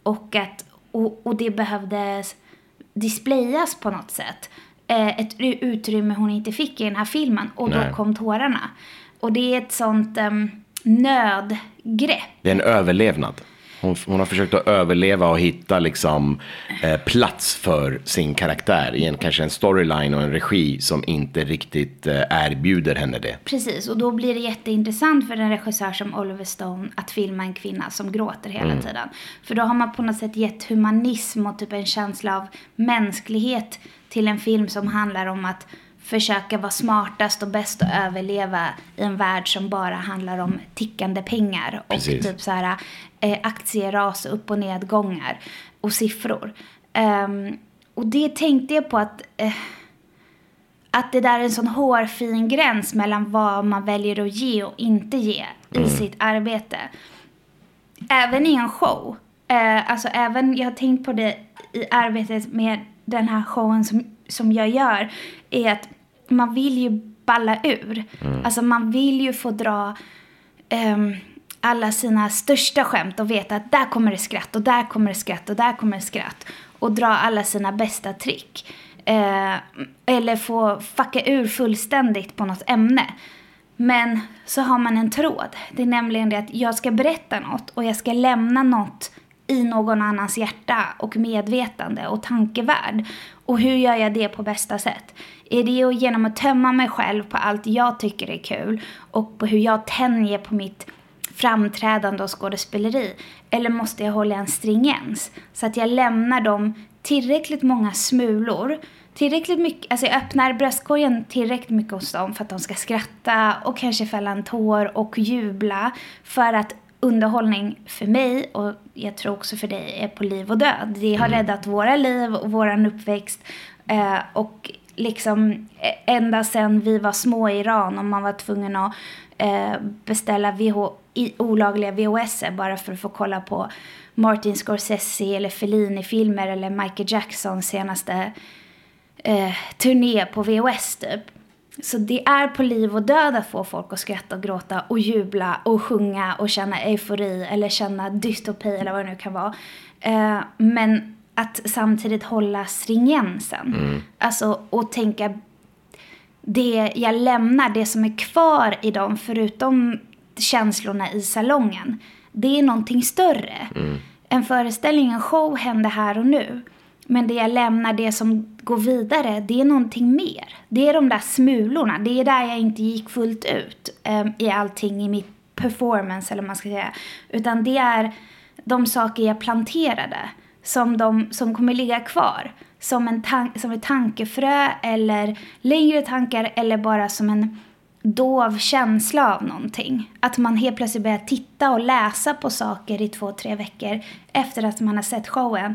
Och det behövdes displayas på något sätt. Ett utrymme hon inte fick i den här filmen. Och då kom tårarna. Och det är ett sånt nödgrepp.
Det är en överlevnad. Hon har försökt att överleva och hitta liksom plats för sin karaktär i kanske en storyline och en regi som inte riktigt erbjuder henne det.
Precis, och då blir det jätteintressant för en regissör som Oliver Stone att filma en kvinna som gråter hela tiden. För då har man på något sätt gett humanism och typ en känsla av mänsklighet till en film som handlar om att försöka vara smartast och bäst att överleva i en värld som bara handlar om tickande pengar.
Precis.
Och typ så här aktieras, upp- och nedgångar och siffror. Och det tänkte jag på att det där är en sån hårfin gräns mellan vad man väljer att ge och inte ge i sitt arbete. Även i en show. Alltså även, jag har tänkt på det i arbetet med den här showen som jag gör, är att man vill ju balla ur. Alltså man vill ju få dra alla sina största skämt och veta att där kommer det skratt, och där kommer det skratt, och där kommer det skratt. Och dra alla sina bästa trick. Eller få fucka ur fullständigt på något ämne. Men så har man en tråd. Det är nämligen det att jag ska berätta något, och jag ska lämna något i någon annans hjärta och medvetande och tankevärld. Och hur gör jag det på bästa sätt? Är det genom att tömma mig själv på allt jag tycker är kul och på hur jag tänjer på mitt framträdande och skådespeleri? Eller måste jag hålla en stringens så att jag lämnar dem tillräckligt många smulor, tillräckligt mycket, alltså jag öppnar bröstkorgen tillräckligt mycket hos dem för att de ska skratta och kanske fälla en tår och jubla, för att underhållning för mig, och jag tror också för dig, är på liv och död. Det har räddat våra liv och våran uppväxt. Och liksom ända sedan vi var små i Iran och man var tvungen att beställa olagliga VHS bara för att få kolla på Martin Scorsese eller Fellini-filmer eller Michael Jacksons senaste turné på VHS typ. Så det är på liv och död att få folk att skratta och gråta och jubla och sjunga och känna eufori eller känna dystopi eller vad det nu kan vara. Men att samtidigt hålla stringensen. Alltså, och tänka det jag lämnar, det som är kvar i dem förutom känslorna i salongen, det är någonting större. En föreställning, en show händer här och nu. Men det jag lämnar, det som går vidare, det är någonting mer. Det är de där smulorna. Det är där jag inte gick fullt ut i allting i mitt performance, eller man ska säga. Utan det är de saker jag planterade som kommer ligga kvar. Som ett tankefrö eller längre tankar, eller bara som en dov känsla av någonting. Att man helt plötsligt börjar titta och läsa på saker i 2-3 veckor efter att man har sett showen.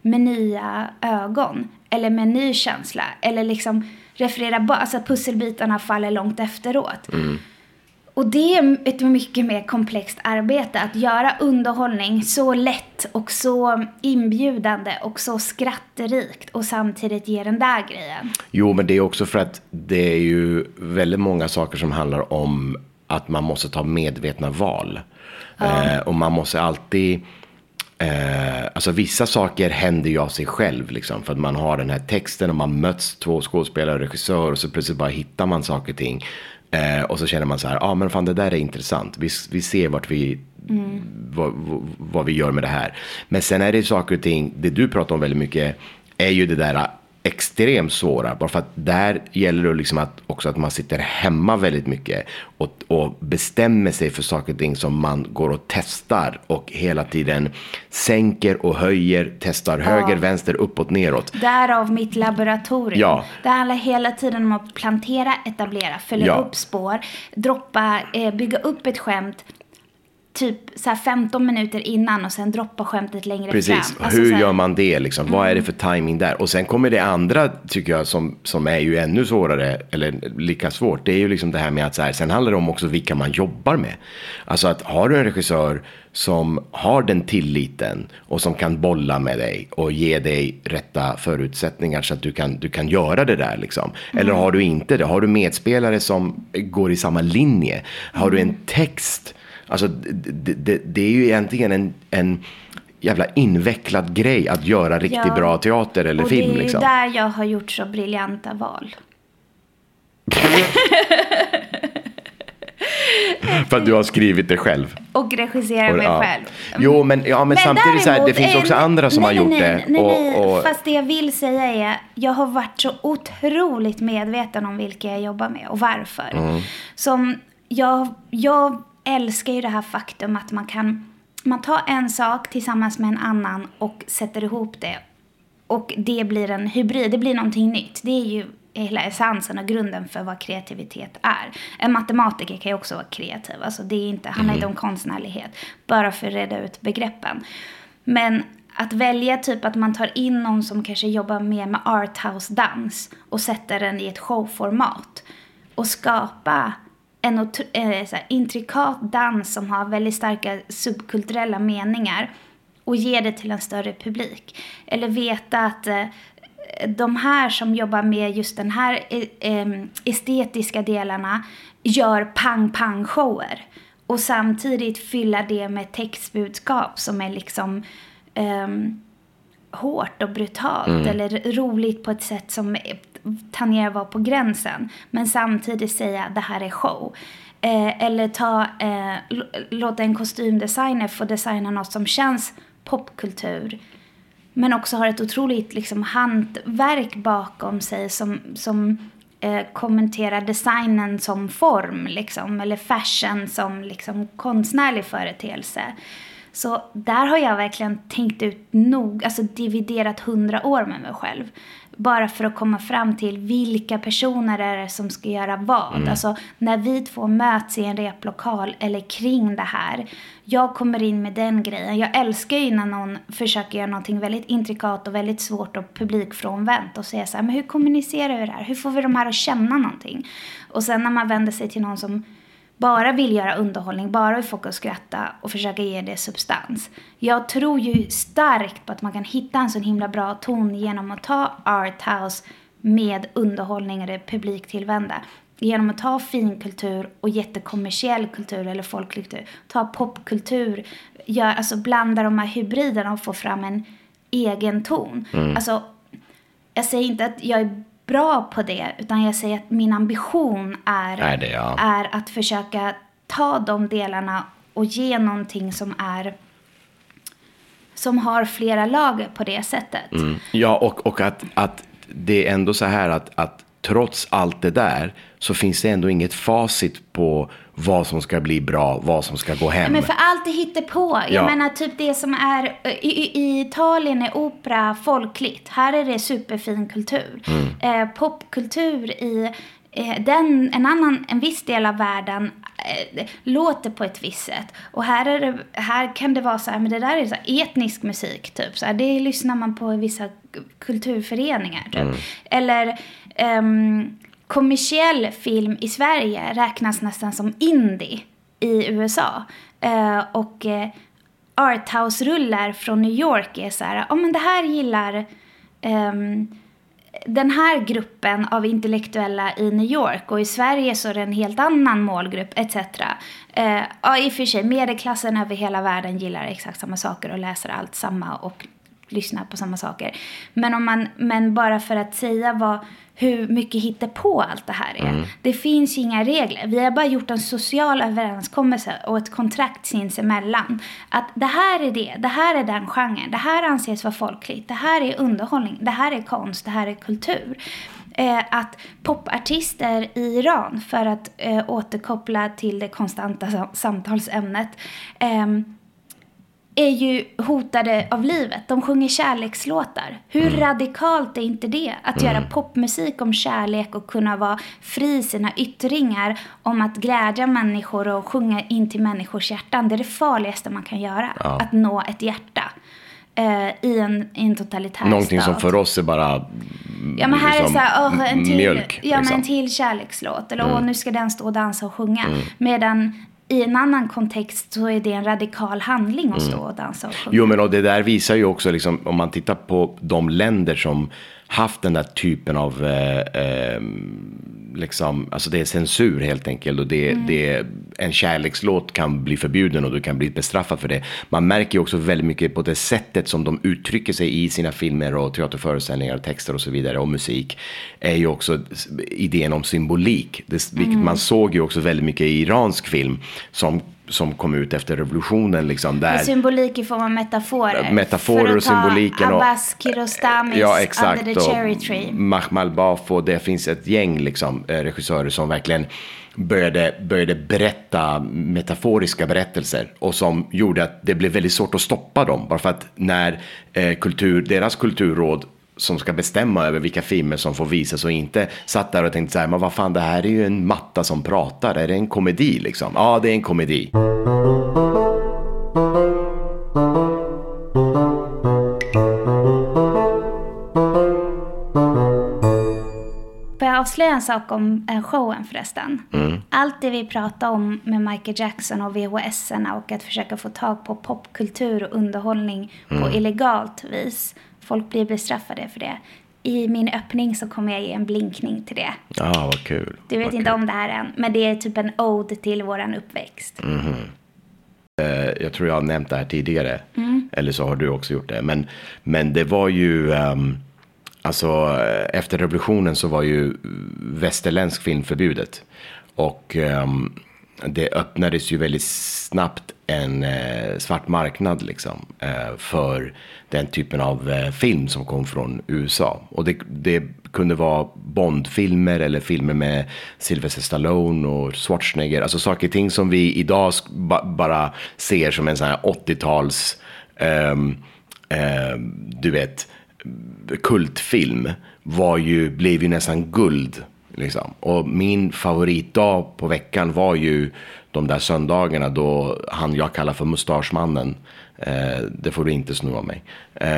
med nya ögon. Eller med ny känsla. Eller liksom referera, alltså pusselbitarna faller långt efteråt. Och det är ett mycket mer komplext arbete. Att göra underhållning så lätt och så inbjudande och så skratterikt. Och samtidigt ge den där grejen.
Jo, men det är också för att det är ju väldigt många saker som handlar om att man måste ta medvetna val. Och man måste alltid... alltså vissa saker händer ju av sig själv liksom, för att man har den här texten och man möts 2 skådespelare och regissör och så plötsligt bara hittar man saker och ting. Och så känner man så här, men fan det där är intressant. Vi ser vart vi vad vi gör med det här. Men sen är det saker och ting, det du pratar om väldigt mycket är ju det där extremt svåra. Bara för att där gäller det liksom att man sitter hemma väldigt mycket och bestämmer sig för saker och ting som man går och testar och hela tiden sänker och höjer, testar höger, vänster, uppåt, neråt.
Därav mitt laboratorium.
Ja.
Det handlar hela tiden om att plantera, etablera, följa upp spår, droppa, bygga upp ett skämt typ så här 15 minuter innan och sen droppa skämtet längre fram.
Precis,
alltså,
hur gör man det liksom? Vad är det för timing där? Och sen kommer det andra, tycker jag, som är ju ännu svårare, eller lika svårt. Det är ju liksom det här med att så här, sen handlar det om också vilka man jobbar med. Alltså att har du en regissör som har den tilliten och som kan bolla med dig och ge dig rätta förutsättningar så att du kan göra det där liksom. Eller har du inte det? Har du medspelare som går i samma linje? Har du en text? Alltså det är ju egentligen en jävla invecklad grej att göra riktigt bra teater eller film.
Och det är
liksom.
där jag har gjort så briljanta val.
För att du har skrivit det själv.
Och regisserar mig själv.
Jo, men samtidigt så här, det finns också andra som har gjort det.
Nej. Fast det jag vill säga är, jag har varit så otroligt medveten om vilka jag jobbar med och varför. Som jag älskar ju det här faktum att man tar en sak tillsammans med en annan och sätter ihop det. Och det blir en hybrid, det blir någonting nytt. Det är ju hela essensen och grunden för vad kreativitet är. En matematiker kan ju också vara kreativ. Alltså det är inte, handlar inte om konstnärlighet. Bara för att reda ut begreppen. Men att välja typ att man tar in någon som kanske jobbar mer med arthouse-dans och sätter den i ett showformat. Och skapa en så här, intrikat dans som har väldigt starka subkulturella meningar och ge det till en större publik. Eller veta att de här som jobbar med just den här estetiska delarna gör pang-pang-shower. Och samtidigt fylla det med textbudskap som är liksom hårt och brutalt. Eller roligt på ett sätt som tangerar vara på gränsen. Men samtidigt säga det här är show. Eller låta en kostymdesigner få designa något som känns popkultur. Men också har ett otroligt liksom, hantverk bakom sig som kommenterar designen som form. Liksom, eller fashion som liksom, konstnärlig företeelse. Så där har jag verkligen tänkt ut nog, alltså dividerat 100 år med mig själv. Bara för att komma fram till vilka personer är det som ska göra vad. Alltså när vi två möts i en replokal eller kring det här. Jag kommer in med den grejen. Jag älskar ju när någon försöker göra någonting väldigt intrikat och väldigt svårt och publikfrånvänt. Och säga så här, men hur kommunicerar vi det här? Hur får vi de här att känna någonting? Och sen när man vänder sig till någon som bara vill göra underhållning, bara vill folk att skratta och försöka ge det substans. Jag tror ju starkt på att man kan hitta en sån himla bra ton genom att ta arthouse med underhållning eller publiktillvända. Genom att ta finkultur och jättekommersiell kultur eller folkkultur. Ta popkultur, alltså blanda de här hybriderna och få fram en egen ton. Alltså, jag säger inte att jag är bra på det, utan jag säger att min ambition är att försöka ta de delarna och ge någonting som har flera lager på det sättet.
Ja, och att det är ändå så här att trots allt det där så finns det ändå inget facit på vad som ska bli bra, vad som ska gå hem.
Men för allt det hittar på. Jag menar typ det som är i Italien är opera folkligt. Här är det superfin kultur. Popkultur en viss del av världen låter på ett visst sätt. Och här kan det vara så här, men det där är så här etnisk musik typ. Så här, det lyssnar man på i vissa kulturföreningar typ. Eller kommersiell film i Sverige räknas nästan som indie i USA. Och arthouse-rullar från New York är så här, men det här gillar den här gruppen av intellektuella i New York, och i Sverige så är det en helt annan målgrupp etc. I och för sig, medelklassen över hela världen gillar exakt samma saker och läser allt samma och lyssnar på samma saker. Men bara för att säga hur mycket hittar på allt det här är. Det finns ju inga regler. Vi har bara gjort en social överenskommelse och ett kontrakt sinsemellan. Att det här är det här är den genren, det här anses vara folkligt, det här är underhållning, det här är konst, det här är kultur. Att popartister i Iran, för att återkoppla till det konstanta samtalsämnet, är ju hotade av livet. De sjunger kärlekslåtar. Hur radikalt är inte det? Att göra popmusik om kärlek och kunna vara fri i sina yttringar om att glädja människor och sjunga in till människors hjärtan. Det är det farligaste man kan göra. Ja. Att nå ett hjärta i en totalitär
någonting
stat.
Som för oss är bara
men här
liksom,
är så här, en till,
mjölk.
Men en till kärlekslåt. Eller nu ska den stå och dansa och sjunga. Medan i en annan kontext så är det en radikal handling att stå och dansa och sjunga.
Jo, men och det där visar ju också liksom, om man tittar på de länder som haft den där typen av liksom, alltså det är censur helt enkelt, och det en kärlekslåt kan bli förbjuden och du kan bli bestraffad för det. Man märker ju också väldigt mycket på det sättet som de uttrycker sig i sina filmer och teaterföreställningar och texter och så vidare, och musik är ju också idén om symbolik, vilket man såg ju också väldigt mycket i iransk film som kom ut efter revolutionen liksom, där
symbolik i form av metaforer
och symboliken
Abbas Kiarostamis Under the Cherry Tree,
Mahmal Baf, och det finns ett gäng liksom, regissörer som verkligen började berätta metaforiska berättelser, och som gjorde att det blev väldigt svårt att stoppa dem, bara för att när deras kulturråd som ska bestämma över vilka filmer som får visas och inte, satt där och tänkte så här, men vad fan, det här är ju en matta som pratar, är det en komedi liksom? Ja, det är en komedi.
Får jag avslöja en sak om showen förresten? Allt det vi pratar om med Michael Jackson och VHS-erna och att försöka få tag på popkultur och underhållning på illegalt vis. Folk blir bestraffade för det. I min öppning så kommer jag ge en blinkning till det.
Ja, vad kul.
Du vet inte om det här än, men det är typ en ode till våran uppväxt.
Jag tror jag har nämnt det här tidigare. Eller så har du också gjort det. Men det var ju... alltså, efter revolutionen så var ju västerländsk film förbjudet. Och det öppnades ju väldigt snabbt en svart marknad liksom, för den typen av film som kom från USA. Och det kunde vara Bondfilmer eller filmer med Sylvester Stallone och Schwarzenegger. Alltså saker och ting som vi idag bara ser som en sån här 80-tals du vet, kultfilm blev ju nästan guld liksom. Och min favoritdag på veckan var ju de där söndagarna då jag kallar för mustaschmannen, det får du inte sno av mig,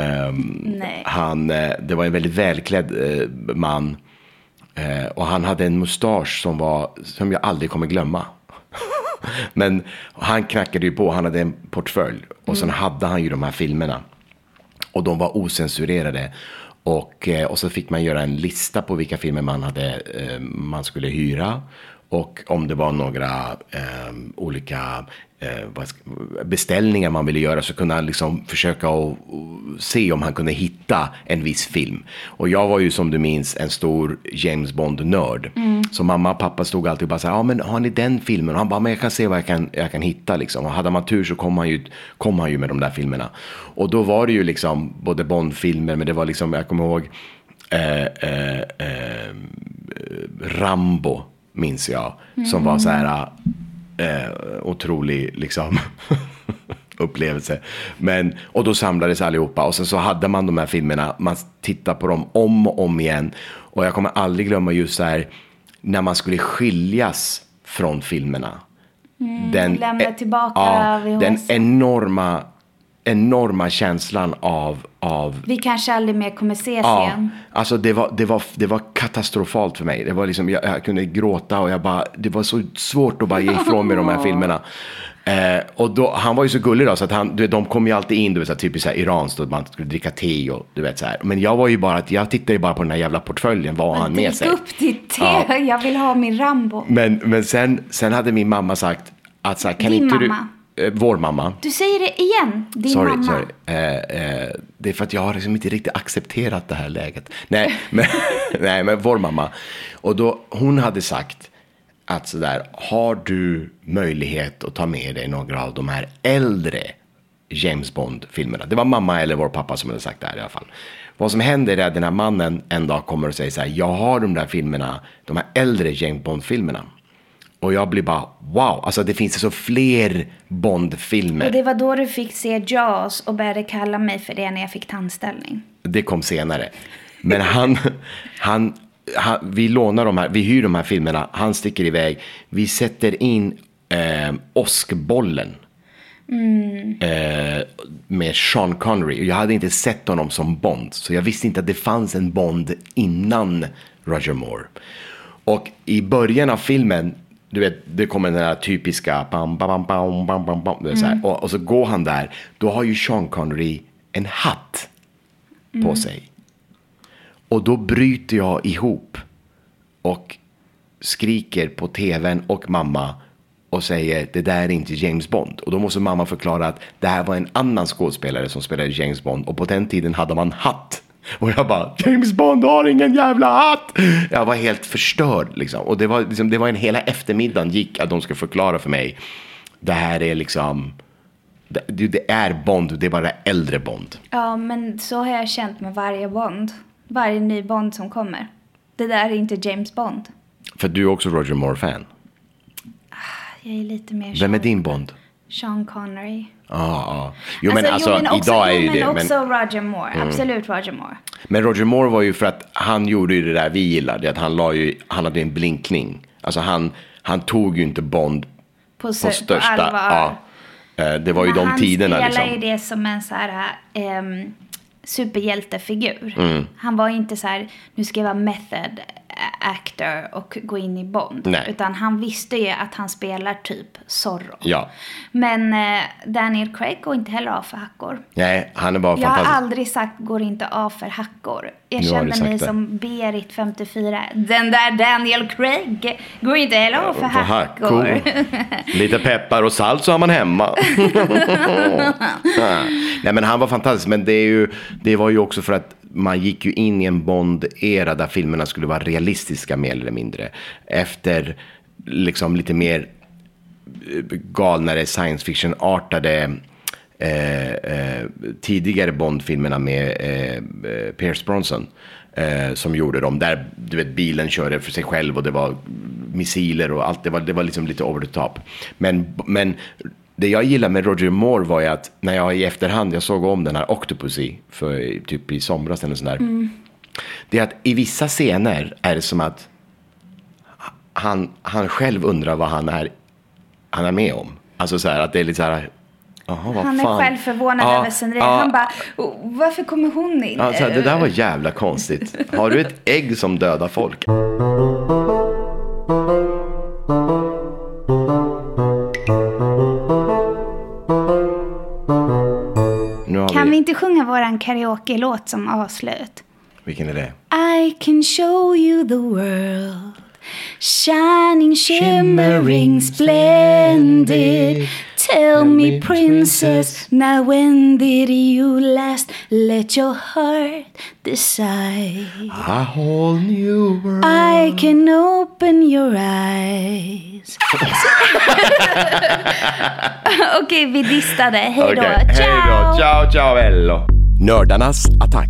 det var en väldigt välklädd man, och han hade en mustasch som jag aldrig kommer glömma. Men han knackade ju på, han hade en portfölj och sen hade han ju de här filmerna och de var osensurerade. Och så fick man göra en lista på vilka filmer man skulle hyra. Och om det var några olika beställningar man ville göra, så kunde han liksom försöka att se om han kunde hitta en viss film. Och jag var ju, som du minns, en stor James Bond-nörd. Så mamma och pappa stod alltid och bara så här, ja men har ni den filmen? Och han bara, men jag kan se vad jag kan hitta liksom. Och hade man tur så kom han ju med de där filmerna. Och då var det ju liksom både Bond-filmer, men det var liksom, jag kommer ihåg Rambo, minns jag, som var så här otrolig liksom upplevelse. Och då samlades allihopa och sen så hade man de här filmerna, man tittade på dem om och om igen, och jag kommer aldrig glömma just så här när man skulle skiljas från filmerna.
Lämna tillbaka VHS.
Den enorma känslan av
vi kanske aldrig mer kommer ses igen.
Alltså det var katastrofalt för mig. Det var liksom, jag kunde gråta och det var så svårt att bara ge ifrån mig de här filmerna. Och då, han var ju så gullig då, så att de kom ju alltid in, du vet, så här, typiskt så här iranskt, att man skulle dricka te och du vet så här. Men jag var ju jag tittade ju bara på den här jävla portföljen, vad han med sig.
Drick upp ditt te, jag vill ha min Rambo.
Men sen hade min mamma sagt att så här, kan
din
inte
mamma?
Vår mamma.
Du säger det igen, din mamma.
Sorry. Det är för att jag har liksom inte riktigt accepterat det här läget. Nej, men vår mamma. Och då, hon hade sagt att sådär, har du möjlighet att ta med dig några av de här äldre James Bond-filmerna? Det var mamma eller vår pappa som hade sagt det här i alla fall. Vad som händer är att den här mannen en dag kommer och säger så här, jag har de där filmerna, de här äldre James Bond-filmerna. Och jag blir bara, wow, alltså det finns så fler Bond-filmer.
Och det var då du fick se Jaws och började kalla mig för det när jag fick tandställning.
Det kom senare. Men han vi lånar de här, vi hyr de här filmerna, han sticker iväg. Vi sätter in Åskbollen med Sean Connery. Jag hade inte sett honom som Bond, så jag visste inte att det fanns en Bond innan Roger Moore. Och i början av filmen, du vet, det kommer den här typiska bam, bam, bam, bam, bam, bam, så här. Och så går han där, då har ju Sean Connery en hatt på sig. Och då bryter jag ihop och skriker på tvn och mamma och säger, det där är inte James Bond. Och då måste mamma förklara att det här var en annan skådespelare som spelade James Bond. Och på den tiden hade man hatt. Och jag bara, James Bond har ingen jävla hatt. Jag var helt förstörd liksom. Och det var en hela eftermiddagen gick att de skulle förklara för mig. Det här är liksom, det är Bond, det är bara äldre Bond.
Ja, men så har jag känt med varje Bond. Varje ny Bond som kommer. Det där är inte James Bond.
För du är också Roger Moore-fan.
Jag är lite mer...
Vem är din Bond?
Sean Connery.
Jo, men idag är ju det.
Men också Roger Moore. Absolut Roger Moore.
Men Roger Moore var ju för att han gjorde ju det där vi gillade. Att han hade en blinkning. Alltså han tog ju inte Bond på största.
Allvar.
Det var ju de tiderna.
Han
liksom.
spelar ju det som en så här... superhjältefigur. Han var inte så här, nu ska jag vara method actor och gå in i Bond.
Nej.
Utan han visste ju att han spelar typ Zorro.
Ja.
Men Daniel Craig går inte heller av för hackor.
Nej, han är bara
Jag
fantastisk.
har aldrig sagt går inte av för hackor. Jag
Nu har
kände
du sagt
mig
det.
som Berit 54. Den där Daniel Craig går inte heller av för hackor.
Lite peppar och salt så har man hemma. Nej, men han var fantastisk. Men det var ju också för att man gick ju in i en Bond-era där filmerna skulle vara realistiska mer eller mindre. Efter liksom lite mer galnare science fiction-artade tidigare Bond-filmerna med Pierce Brosnan som gjorde dem. Där, du vet, bilen körde för sig själv och det var missiler och allt. Det var liksom lite over the top. Men det jag gillar med Roger Moore var ju att när jag i efterhand, jag såg om den här Octopussy för typ i somras eller sån där. Det är att i vissa scener är det som att han själv undrar vad han är med om. Alltså så här att det är lite så här,
han är själv förvånad över sin resa. Han bara, varför kommer hon in?
Alltså, det där var jävla konstigt. Har du ett ägg som dödar folk?
Kan vi inte sjunga våran karaoke-låt som avslut?
Vilken är det?
I can show you the world, shining, shimmering, splendid. Tell me, princess, now when did you last let your heart decide?
A whole new world.
I can open your eyes. Okej, vi distade. Hej då.
Okay.
Ciao.
Ciao, ciao, bello. Nördarnas attack.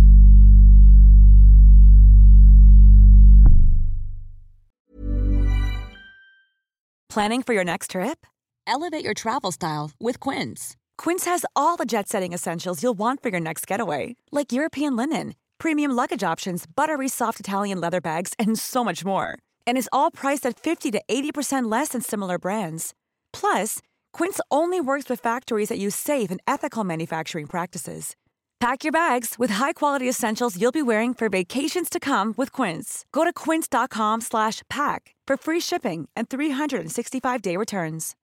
Planning for your next trip?
Elevate your travel style with Quince.
Quince has all the jet-setting essentials you'll want for your next getaway, like European linen, premium luggage options, buttery soft Italian leather bags, and so much more. And is all priced at 50 to 80% less than similar brands. Plus, Quince only works with factories that use safe and ethical manufacturing practices. Pack your bags with high-quality essentials you'll be wearing for vacations to come with Quince. Go to quince.com/pack for free shipping and 365-day returns.